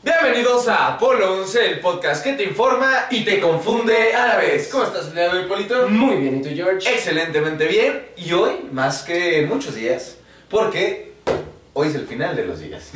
Bienvenidos a Apolo 11, el podcast que te informa y te confunde a la vez. ¿Cómo estás el día de hoy, Polito? Muy bien, ¿y tú, George? Excelentemente bien, y hoy más que muchos días, porque hoy es el final de los días.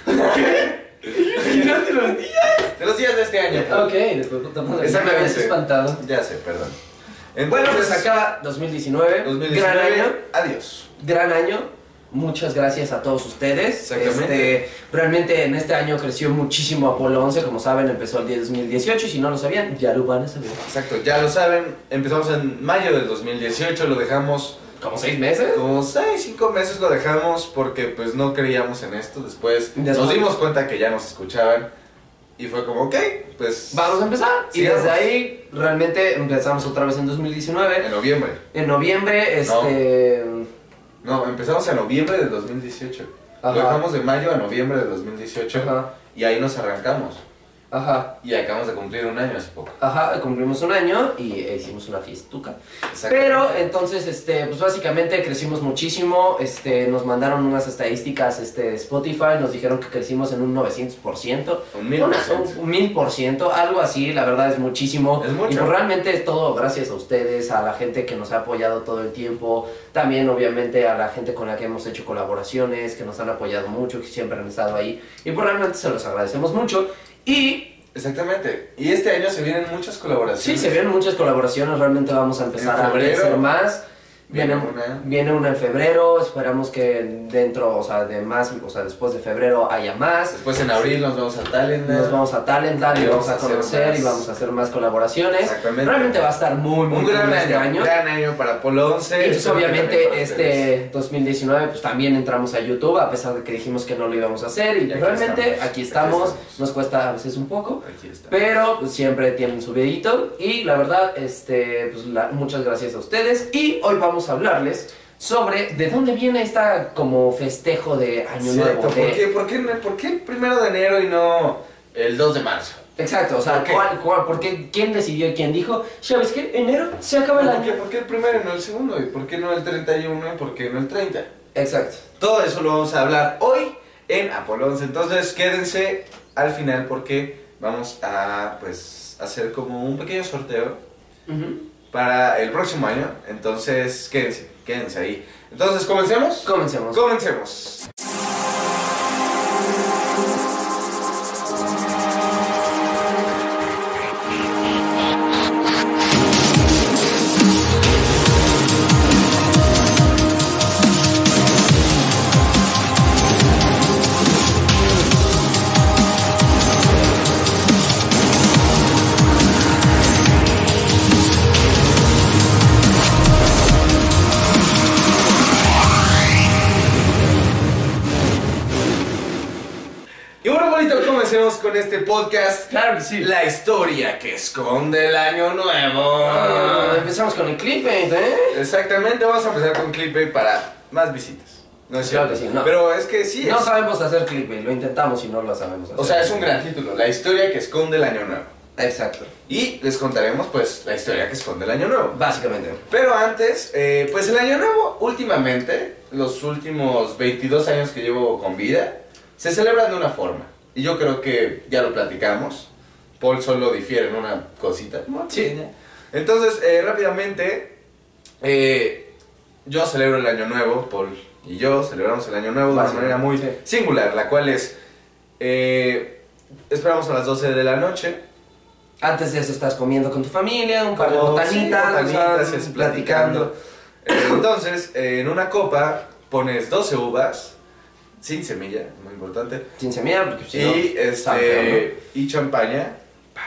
¿El final de los días? De los días de este año. Ok, después me Exactamente. habías espantado. Ya sé, perdón. Bueno, Entonces, pues acaba 2019. 2019, Gran año. adiós. Gran año. Muchas gracias a todos ustedes. Exactamente. Realmente en este año creció muchísimo Apolo 11. Como saben, empezó el 2018 y si no lo sabían, ya lo van a saber. Exacto, ya lo saben, empezamos en mayo del 2018, lo dejamos ¿Como 6 meses? como 5 meses lo dejamos porque pues no creíamos en esto. Después nos dimos cuenta que ya nos escuchaban y fue como, ok, pues Vamos a empezar. Y sigamos. desde ahí realmente empezamos otra vez en 2019. En noviembre. En noviembre, No, empezamos en noviembre del 2018. Ajá. Lo dejamos de mayo a noviembre del 2018 Ajá. y ahí nos arrancamos. Ajá. Y acabamos de cumplir un año hace poco. Ajá, cumplimos un año y hicimos una fiestuca. Exacto. Pero entonces, pues básicamente crecimos muchísimo. Nos mandaron unas estadísticas, Spotify, nos dijeron que crecimos en un 900%. Un 1000%. Un 1000%, algo así, la verdad es muchísimo. Es mucho. Y pues realmente es todo gracias a ustedes, a la gente que nos ha apoyado todo el tiempo. También, obviamente, a la gente con la que hemos hecho colaboraciones, que nos han apoyado mucho, que siempre han estado ahí. Y pues realmente se los agradecemos mucho. Y Exactamente. Y este año se vienen muchas colaboraciones. sí, se vienen muchas colaboraciones, realmente vamos a empezar En a febrero crecer más. viene Viene una en febrero, esperamos que dentro, después de febrero haya más. Después en abril nos vamos a Talent. Nos vamos a Talentland y vamos a hacer conocer más. y vamos a hacer más colaboraciones. Exactamente. Realmente va a estar muy Un gran cool año, gran año para Apolo 11. Y pues Espero que también obviamente para ustedes. 2019 pues también entramos a YouTube a pesar de que dijimos que no lo íbamos a hacer y Y aquí realmente estamos. aquí estamos, Aquí estamos. nos cuesta a veces un poco. Aquí está. Pero pues, siempre tienen su videito y la verdad, muchas gracias a ustedes. Y hoy vamos a hablarles sobre de dónde viene esta como festejo de Año Cierto, Nuevo. ¿Por qué el 1 de enero y no el 2 de marzo? Exacto, o sea, ¿Por qué? ¿quién decidió y quién dijo? ¿Sabes qué? Enero se acaba el año. ¿Por qué el 1 y no el 2? ¿Y por qué no el 31 y por qué no el 30? Exacto. Todo eso lo vamos a hablar hoy en Apolo 11. Entonces quédense al final porque vamos a pues hacer como un pequeño sorteo para el próximo año. Entonces quédense ahí. Entonces, ¿comencemos? Comencemos. Comencemos. Y bueno, bonito, comencemos con este podcast. Claro que sí. La historia que esconde el año nuevo. Empezamos con el clickbait, ¿eh? Exactamente, vamos a empezar con clickbait para más visitas. No es Claro cierto. que sí, no. Pero es que sí No es. sabemos hacer clickbait, lo intentamos y no lo sabemos hacer. O sea, es un gran título, la historia que esconde el año nuevo. Exacto. Y les contaremos pues la historia que esconde el año nuevo. Básicamente. Pero antes, pues el año nuevo últimamente, los últimos 22 años que llevo con vida, se celebran de una forma. Y yo creo que ya lo platicamos. Paul solo difiere en una cosita. Sí. Entonces, rápidamente, yo celebro el año nuevo, Paul y yo celebramos el año nuevo de una manera muy singular, la cual es, esperamos a las 12 de la noche. Antes de eso estás comiendo con tu familia, un par de Sí, botanitas, botanitas, o sea, platicando. Entonces, en una copa pones 12 uvas, sin semilla, muy importante, Sin semilla, porque si y, no, está feo, y champaña.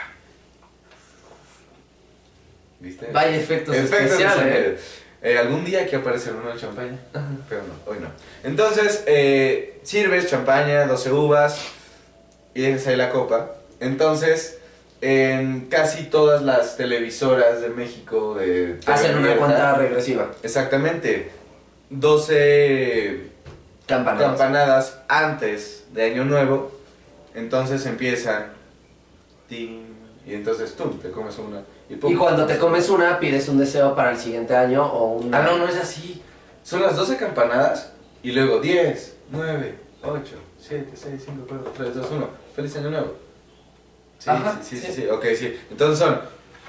¿Viste? ¿no? Vaya efectos Efectos especiales. especiales. Algún día hay que aparecer uno de champaña, pero no, hoy no. Entonces, sirves champaña, 12 uvas y dejas ahí la copa. Entonces, en casi todas las televisoras de México de TV Hacen una abierta, cuenta regresiva. exactamente, 12 Campanadas. campanadas antes de Año Nuevo. Entonces empiezan ting, y entonces tú te comes una. Y cuando te comes una, pides un deseo para el siguiente año o una... Ah, no, no es así. Son las 12 campanadas y luego 10, 9, 8, 7, 6, 5, 4, 3, 2, 1. Feliz Año Nuevo. Sí, Ajá, sí. Ok, sí. Entonces son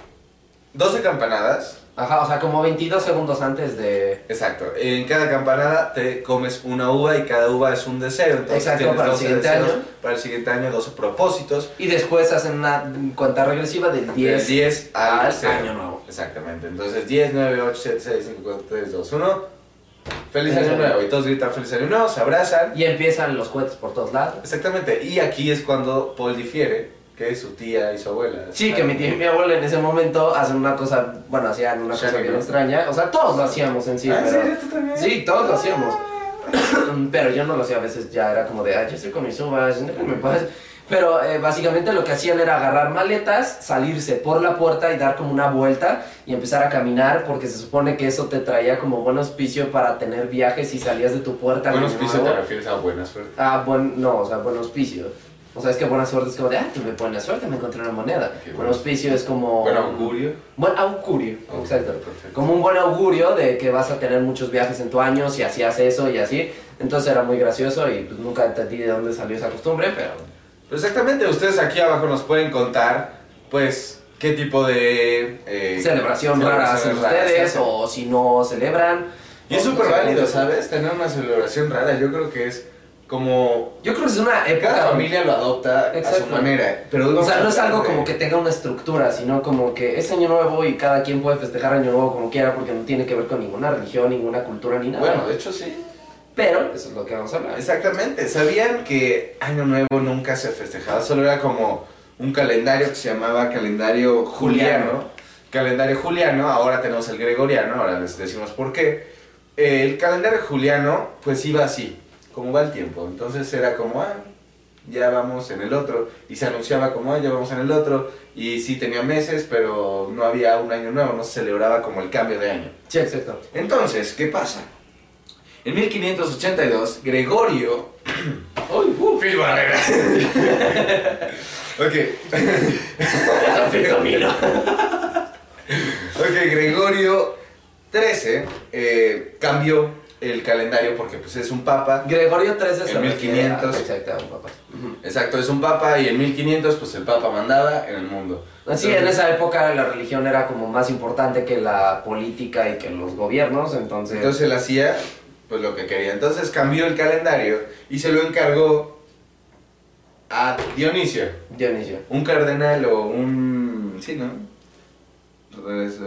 12 campanadas. Ajá, o sea, como 22 segundos antes de... Exacto. En cada campanada te comes una uva y cada uva es un deseo. Entonces Exacto, tienes para el 12 siguiente deseos. año. Para el siguiente año, 12 propósitos. Y después hacen una cuenta regresiva del 10, Del 10 al 0. Año Nuevo. Exactamente. Entonces 10, 9, 8, 7, 6, 5, 4, 3, 2, 1. Feliz Feliz Año Año Nuevo. Y todos gritan Feliz Año Nuevo, se abrazan. Y empiezan los cohetes por todos lados. Exactamente. Y aquí es cuando Paul difiere, que su tía y su abuela. Sí, que mi tía y mi abuela en ese momento hacen una cosa, bueno, hacían una cosa bien extraña. O sea, todos lo hacíamos en sí, pero... ¿Sí? ¿Tú también? Sí, todos lo hacíamos. Pero yo no lo hacía, a veces ya era como de, yo estoy con mis uvas, déjame en paz. Pero básicamente lo que hacían era agarrar maletas, salirse por la puerta y dar como una vuelta y empezar a caminar, porque se supone que eso te traía como buen auspicio para tener viajes si salías de tu puerta. Buen auspicio te refieres a buena suerte. No, o sea, buen auspicio. O sea, es que buena suerte es como de, tuve buena suerte, me encontré una moneda. Buen auspicio es como... Buen augurio. Buen augurio, exacto. Perfecto. Como un buen augurio de que vas a tener muchos viajes en tu año si hacías eso y así. Entonces era muy gracioso y pues nunca entendí de dónde salió esa costumbre, pero... Pues exactamente, ustedes aquí abajo nos pueden contar, pues, qué tipo de... celebración rara hacen ustedes o si no celebran. Y es súper válido, ¿sabes? Tener una celebración rara, yo creo que es como... Yo creo que es una época... Cada familia lo adopta Exacto. a su manera, pero... O sea, no es algo como que tenga una estructura, sino como que es Año Nuevo y cada quien puede festejar Año Nuevo como quiera porque no tiene que ver con ninguna religión, ninguna cultura ni nada. Bueno, de hecho sí. Pero eso es lo que vamos a hablar. Exactamente, ¿sabían que Año Nuevo nunca se festejaba? Solo era como un calendario que se llamaba calendario juliano. Calendario juliano, ahora tenemos el gregoriano, ahora les decimos por qué. El calendario juliano pues iba así, como va el tiempo. Entonces era como, ya vamos en el otro. Y se anunciaba como, ya vamos en el otro. Y sí tenía meses, pero no había un año nuevo, no se celebraba como el cambio de año. Sí, exacto. Entonces, ¿qué pasa? En 1582, Gregorio... ¡Uy! Phil Barrera. Ok, Gregorio XIII cambió el calendario porque pues es un papa. Gregorio XIII En 1500. Exacto, un papa. Exacto, es un papa y en 1500 pues el papa mandaba en el mundo. Sí, en esa época la religión era como más importante que la política y que los gobiernos, entonces él hacía pues lo que quería. Entonces cambió el calendario y se lo encargó a Dionisio. Un cardenal o un... sí, ¿no? Pues,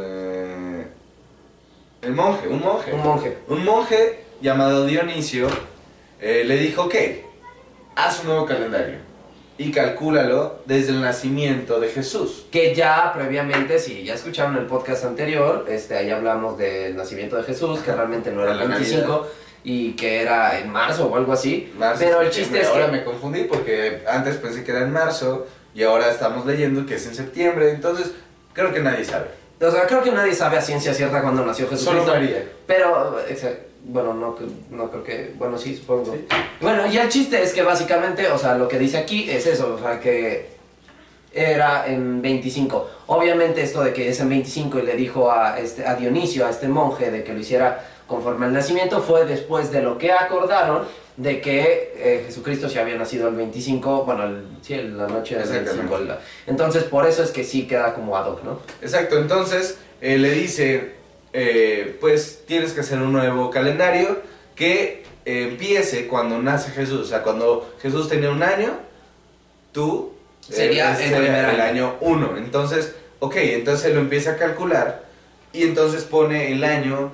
un monje llamado Dionisio le dijo, ok, haz un nuevo calendario y calcúlalo desde el nacimiento de Jesús. Que ya previamente, si ya escucharon el podcast anterior, ahí hablamos del nacimiento de Jesús, que realmente no era el 25 y que era en marzo o algo así. Pero el chiste es que... Ahora me confundí porque antes pensé que era en marzo y ahora estamos leyendo que es en septiembre, entonces creo que nadie sabe. O sea, creo que nadie sabe a ciencia cierta cuándo nació Jesucristo. Solo María. Pero, bueno, no creo que... Bueno, sí, supongo. ¿Sí? Bueno, y el chiste es que básicamente, o sea, lo que dice aquí es eso, o sea, que era en 25. Obviamente esto de que es en 25 y le dijo a Dionisio, a este monje, de que lo hiciera conforme al nacimiento, fue después de lo que acordaron de que Jesucristo sí había nacido el 25, bueno, la noche del 25. Entonces, por eso es que sí queda como ad hoc, ¿no? Exacto, entonces le dice, pues tienes que hacer un nuevo calendario que empiece cuando nace Jesús. O sea, cuando Jesús tenía un año, tú sería el año 1. Entonces, entonces lo empieza a calcular y entonces pone el año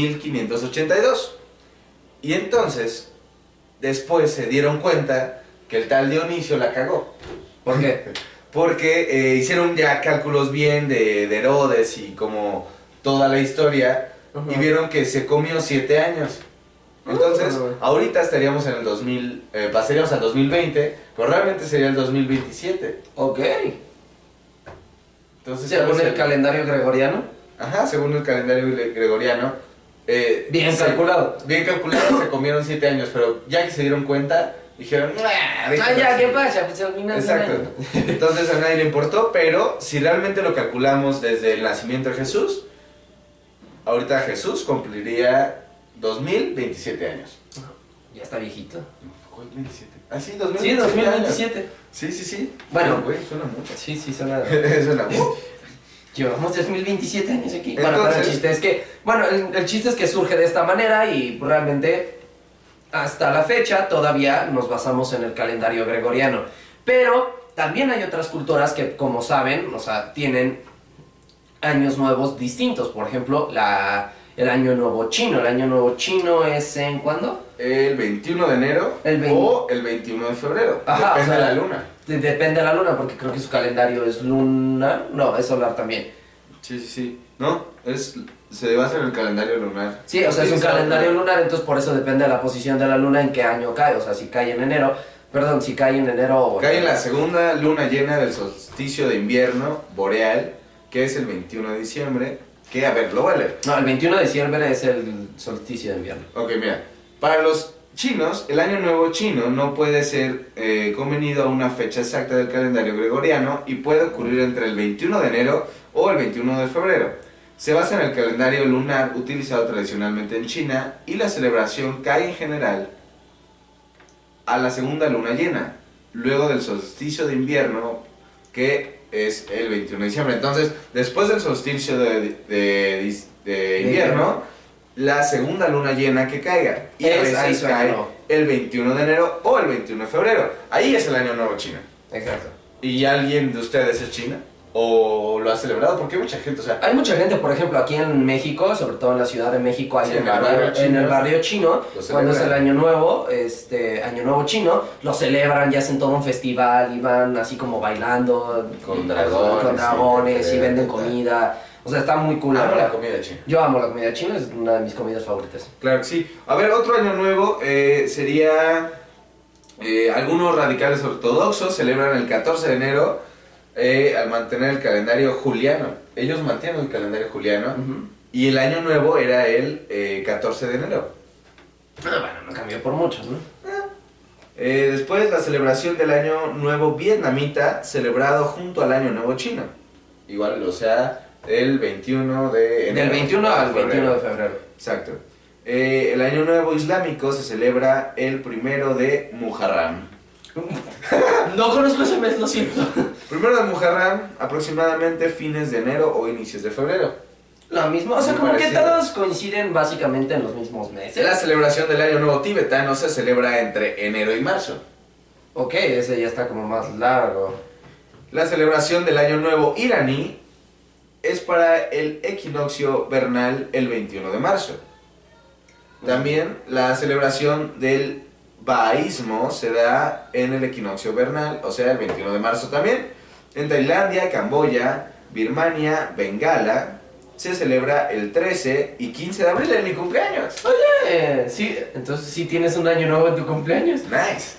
1582. Y entonces, después se dieron cuenta que el tal Dionisio la cagó. ¿Por qué? Porque hicieron ya cálculos bien de Herodes y como toda la historia, y vieron que se comió 7 años. Entonces, ahorita estaríamos en el 2000, pasaríamos al 2020, pero realmente sería el 2027. Ok. Entonces, según el calendario gregoriano. Ajá, según el calendario gregoriano. Bien calculado. Bien calculado, se comieron 7 años, pero ya que se dieron cuenta, dijeron, ya, ¿qué pasa? Pues al final. Exacto. Entonces a nadie le importó, pero si realmente lo calculamos desde el nacimiento de Jesús, ahorita Jesús cumpliría 2027 años. Ya está viejito. ¿Cuál 27? Ah, sí, Sí, 2027. 2027. Sí. Bueno. Güey, suena mucho. Sí, suena. Suena mucho. Llevamos 2027 años aquí. Entonces, Bueno, pero el chiste es que, el chiste es que surge de esta manera y realmente hasta la fecha todavía nos basamos en el calendario gregoriano. Pero también hay otras culturas que, como saben, o sea, tienen años nuevos distintos. Por ejemplo, el año nuevo chino. El año nuevo chino es ¿en cuándo? El 21 de enero o el 21 de febrero. Ajá, Depende de la luna. Depende de la luna, porque creo que su calendario es lunar. No, es solar también. Sí. No, se basa en el calendario lunar. Sí, o sea, es un calendario lunar, entonces por eso depende de la posición de la luna en qué año cae. O sea, si cae en enero, si cae en enero... Cae en la segunda luna llena del solsticio de invierno boreal, que es el 21 de diciembre. Que, a ver, lo voy a leer. No, el 21 de diciembre es el solsticio de invierno. Ok, mira. Para los chinos, el año nuevo chino no puede ser convenido a una fecha exacta del calendario gregoriano y puede ocurrir entre el 21 de enero o el 21 de febrero. Se basa en el calendario lunar utilizado tradicionalmente en China y la celebración cae en general a la segunda luna llena, luego del solsticio de invierno, que es el 21 de diciembre. Entonces, después del solsticio de invierno, la segunda luna llena que caiga. Y a veces cae el 21 de enero o el 21 de febrero. Ahí es el año nuevo chino. Exacto. ¿Y alguien de ustedes es china? ¿O lo ha celebrado? Porque hay mucha gente, o sea... Hay mucha gente, por ejemplo, aquí en México, sobre todo en la Ciudad de México, hay en el barrio chino, cuando es el año nuevo chino, lo celebran y hacen todo un festival y van así como bailando con dragones y venden comida. O sea, está muy cool. Amo la comida china. Yo amo la comida china, es una de mis comidas favoritas. Claro que sí. A ver, otro año nuevo sería... algunos radicales ortodoxos celebran el 14 de enero al mantener el calendario juliano. Ellos mantienen el calendario juliano y el año nuevo era el 14 de enero. Pero bueno, no cambió por mucho, ¿no? Después la celebración del año nuevo vietnamita celebrado junto al año nuevo chino. Igual, o sea, el 21 de enero. Del 21 al 21 de febrero. Exacto. El año nuevo islámico se celebra el 1 de Muharram. No conozco ese mes, lo siento. 1 de Muharram, aproximadamente fines de enero o inicios de febrero. Lo mismo, o sea, como que todos coinciden básicamente en los mismos meses. La celebración del año nuevo tibetano se celebra entre enero y marzo. Ok, ese ya está como más largo. La celebración del año nuevo iraní es para el equinoccio vernal el 21 de marzo. También la celebración del baísmo se da en el equinoccio vernal, o sea, el 21 de marzo también. En Tailandia, Camboya, Birmania, Bengala, se celebra el 13 y 15 de abril, en mi cumpleaños. Oye, sí, entonces sí tienes un año nuevo en tu cumpleaños. Nice.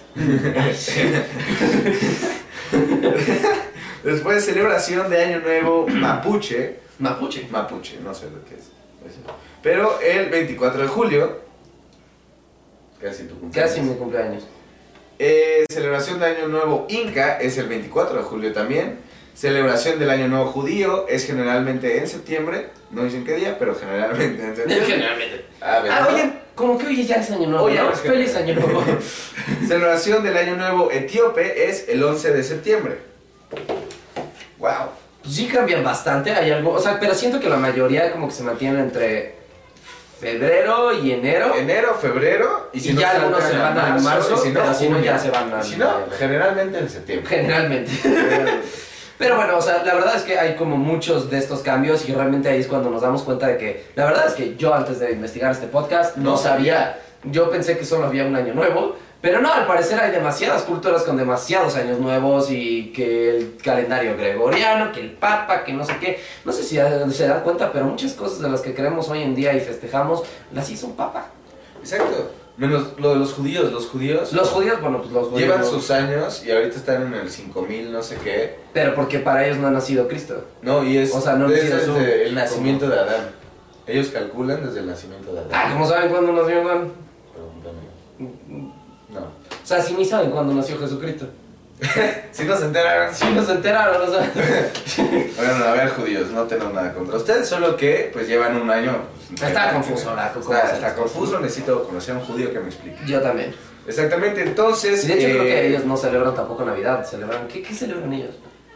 Después, celebración de año nuevo Mapuche. Mapuche, no sé lo que es. Pero el 24 de julio, casi tu cumpleaños. Casi mi cumpleaños. Celebración de año nuevo Inca es el 24 de julio también. Celebración del año nuevo judío es generalmente en septiembre. No dicen qué día, pero generalmente en septiembre. Generalmente. ¿No? Oye, como que hoy ya es año nuevo, ¿no? Feliz año nuevo. Celebración del año nuevo etíope es el 11 de septiembre. Wow. Pues sí cambian bastante, hay algo, o sea, pero siento que la mayoría como que se mantienen entre febrero y enero. Enero, febrero, y si ya algunos se van a marzo, pero si no ya se van a... Si no, generalmente en septiembre. Generalmente. Pero bueno, o sea, la verdad es que hay como muchos de estos cambios y realmente ahí es cuando nos damos cuenta de que, la verdad es que yo antes de investigar este podcast no sabía, yo pensé que solo había un año nuevo, pero no, al parecer hay demasiadas culturas con demasiados años nuevos y que el calendario gregoriano, que el papa, que no sé qué, no sé si se dan cuenta, pero muchas cosas de las que creemos hoy en día y festejamos, las hizo un papa. Exacto. Menos lo de los judíos. Los judíos, bueno, pues los judíos llevan sus años y ahorita están en el 5000, no sé qué. Pero porque para ellos no ha nacido Cristo. No, y es o sea, no desde el nacimiento de Adán. Ellos calculan desde el nacimiento de Adán. Ah, ¿cómo saben cuándo nació Juan? Pregúntame. No. O sea, sí ni saben cuándo nació Jesucristo. Si no se enteraron. Sí nos enteraron, o sea. Bueno, a ver, judíos, no tenemos nada contra ustedes, solo que pues llevan un año. Está confuso, Está confuso, necesito conocer a un judío que me explique. Yo también. Exactamente, entonces... Y de hecho creo que ellos no celebran tampoco Navidad, celebran... ¿Qué celebran ellos?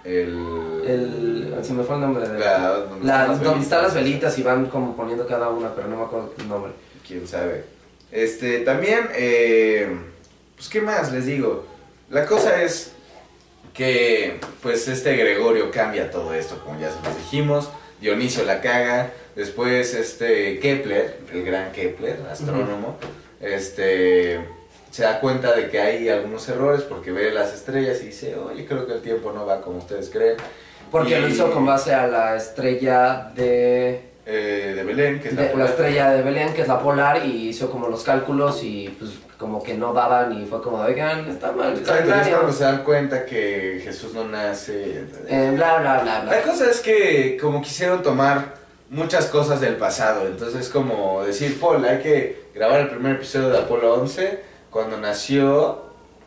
Se me fue el nombre de... donde están las velitas y van como poniendo cada una, pero no me acuerdo el nombre. Quién sabe. También, pues qué más les digo. La cosa es que, pues Gregorio cambia todo esto, como ya se los dijimos. Dionisio la caga. Después, Kepler, el gran Kepler, astrónomo, se da cuenta de que hay algunos errores porque ve las estrellas y dice, oye, creo que el tiempo no va como ustedes creen. Porque lo hizo con base a la estrella de Belén, que es la estrella de Belén, que es la polar, y hizo como los cálculos y pues como que no daban y fue como, oigan, está mal. Entonces cuando se dan cuenta que Jesús no nace, bla, bla, bla, bla. La cosa es que como quisieron tomar muchas cosas del pasado, entonces es como decir, Paul, hay que grabar el primer episodio de Apolo 11 cuando nació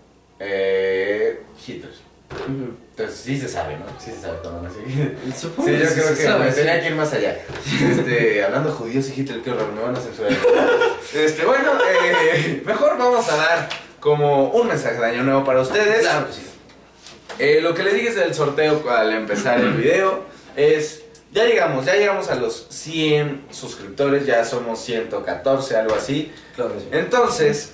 Hitler. Entonces sí se sabe, ¿no? Sí se sabe cuando nació Hitler. Supongo Sí, yo que creo se que sabe, tenía que ir más allá. Hablando de judíos y Hitler, qué horror, me van a censurar. Bueno, mejor vamos a dar como un mensaje de año nuevo para ustedes. Claro que sí. Lo que les dije del sorteo al empezar el video es... Ya llegamos a los 100 suscriptores, ya somos 114, algo así. Claro que sí. Entonces,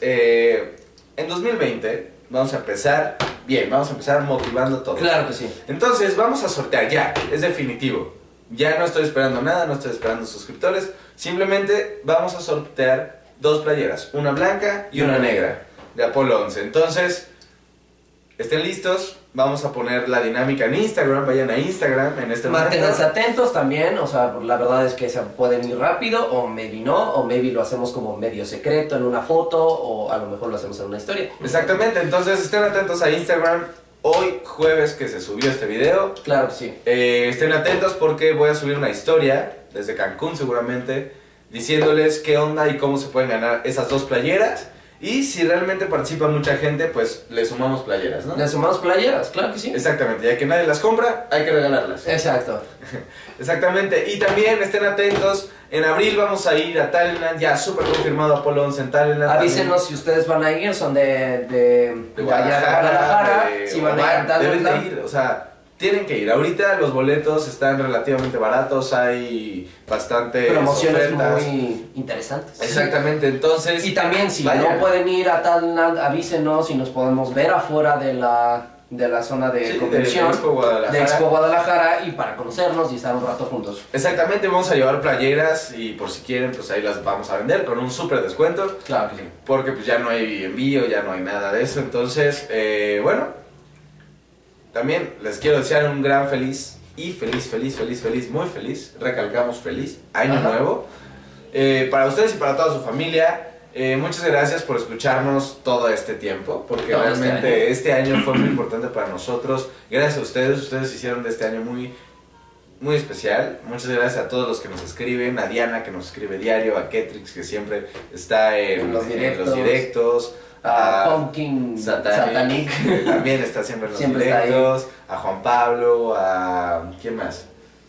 en 2020 vamos a empezar bien, vamos a empezar motivando todo. Claro que sí. Entonces, vamos a sortear ya, es definitivo. Ya no estoy esperando nada, no estoy esperando suscriptores. Simplemente vamos a sortear 2 playeras, una blanca y una negra de Apolo 11. Entonces, estén listos. Vamos a poner la dinámica en Instagram, vayan a Instagram en este momento. Manténganse atentos también, o sea, la verdad es que se pueden ir rápido, o maybe no, o maybe lo hacemos como medio secreto en una foto, o a lo mejor lo hacemos en una historia. Exactamente, entonces estén atentos a Instagram, hoy jueves que se subió este video. Claro que sí. Estén atentos porque voy a subir una historia, desde Cancún seguramente, diciéndoles qué onda y cómo se pueden ganar esas 2 playeras. Y si realmente participa mucha gente, pues le sumamos playeras, ¿no? Le sumamos playeras, claro que sí. Exactamente, ya que nadie las compra, hay que regalarlas. Exacto. Exactamente, y también estén atentos, en abril vamos a ir a Talentland, ya súper confirmado Apolo 11 en Talentland. Avísenos si ustedes van a ir, son de Guadalajara, si van a ir a Talentland. Deben de ir, o sea... Tienen que ir. Ahorita los boletos están relativamente baratos, hay bastantes promociones ofertas muy interesantes. Exactamente, entonces... Y también si vayan. no pueden ir a Talentland, avísenos y nos podemos ver afuera de la zona de convención de Expo Guadalajara y para conocernos y estar un rato juntos. Exactamente, vamos a llevar playeras y por si quieren, pues ahí las vamos a vender con un súper descuento. Claro que sí. Porque pues ya no hay envío, ya no hay nada de eso, entonces, bueno... También les quiero desear un gran feliz, muy feliz, recalcamos feliz, año nuevo. Para ustedes y para toda su familia, muchas gracias por escucharnos todo este tiempo, porque realmente este año fue muy importante para nosotros. Gracias a ustedes hicieron de este año muy, muy especial. Muchas gracias a todos los que nos escriben, a Diana que nos escribe diario, a Ketrix que siempre está en los directos. A Pumpkin Satanic también está siempre en los directos, a Juan Pablo, a... ¿quién más?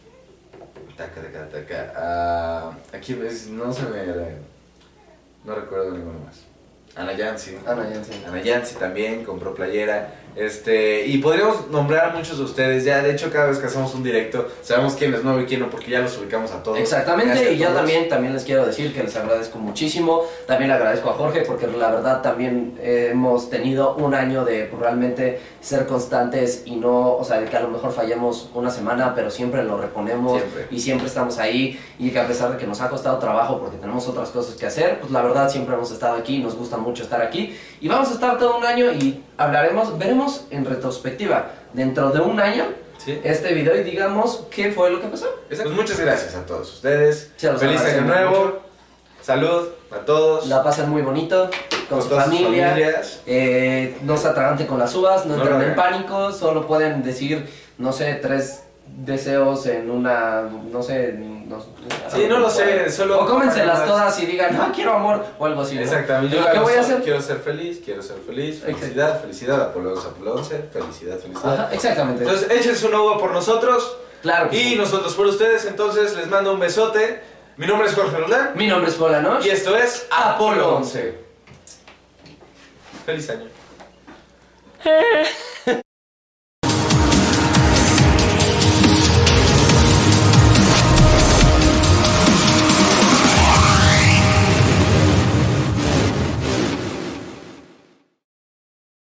Aquí no se me... no recuerdo ninguno más. Ana Yancy también compró playera. Y podríamos nombrar a muchos de ustedes. Ya, de hecho, cada vez que hacemos un directo, sabemos quién es nuevo y quién no, porque ya los ubicamos a todos. Exactamente, y yo también les quiero decir que les agradezco muchísimo. También le agradezco a Jorge, porque la verdad también hemos tenido un año de realmente ser constantes y no, o sea, de que a lo mejor fallemos una semana, pero siempre lo reponemos y siempre estamos ahí. Y que a pesar de que nos ha costado trabajo porque tenemos otras cosas que hacer, pues la verdad siempre hemos estado aquí, nos gusta mucho estar aquí. Y vamos a estar todo un año y veremos en retrospectiva dentro de un año este video y digamos qué fue lo que pasó. Pues muchas gracias a todos ustedes. Feliz año nuevo. Mucho. Salud a todos. La pasen muy bonito con su familia. No se atraganten con las uvas, no entren en pánico, solo pueden decir, no sé, 3 deseos en una, no sé, no lo sé, solo... O cómenselas todas y digan, no, quiero amor, o algo así, ¿no? Exactamente, yo ¿qué voy a hacer? Quiero ser feliz, felicidad, Apolo 11, felicidad. Ajá, exactamente. Entonces, échense una uva por nosotros. Claro que y nosotros por ustedes, entonces les mando un besote. Mi nombre es Jorge Roldán. Mi nombre es Paula Noche. Y esto es Apolo 11. Feliz año.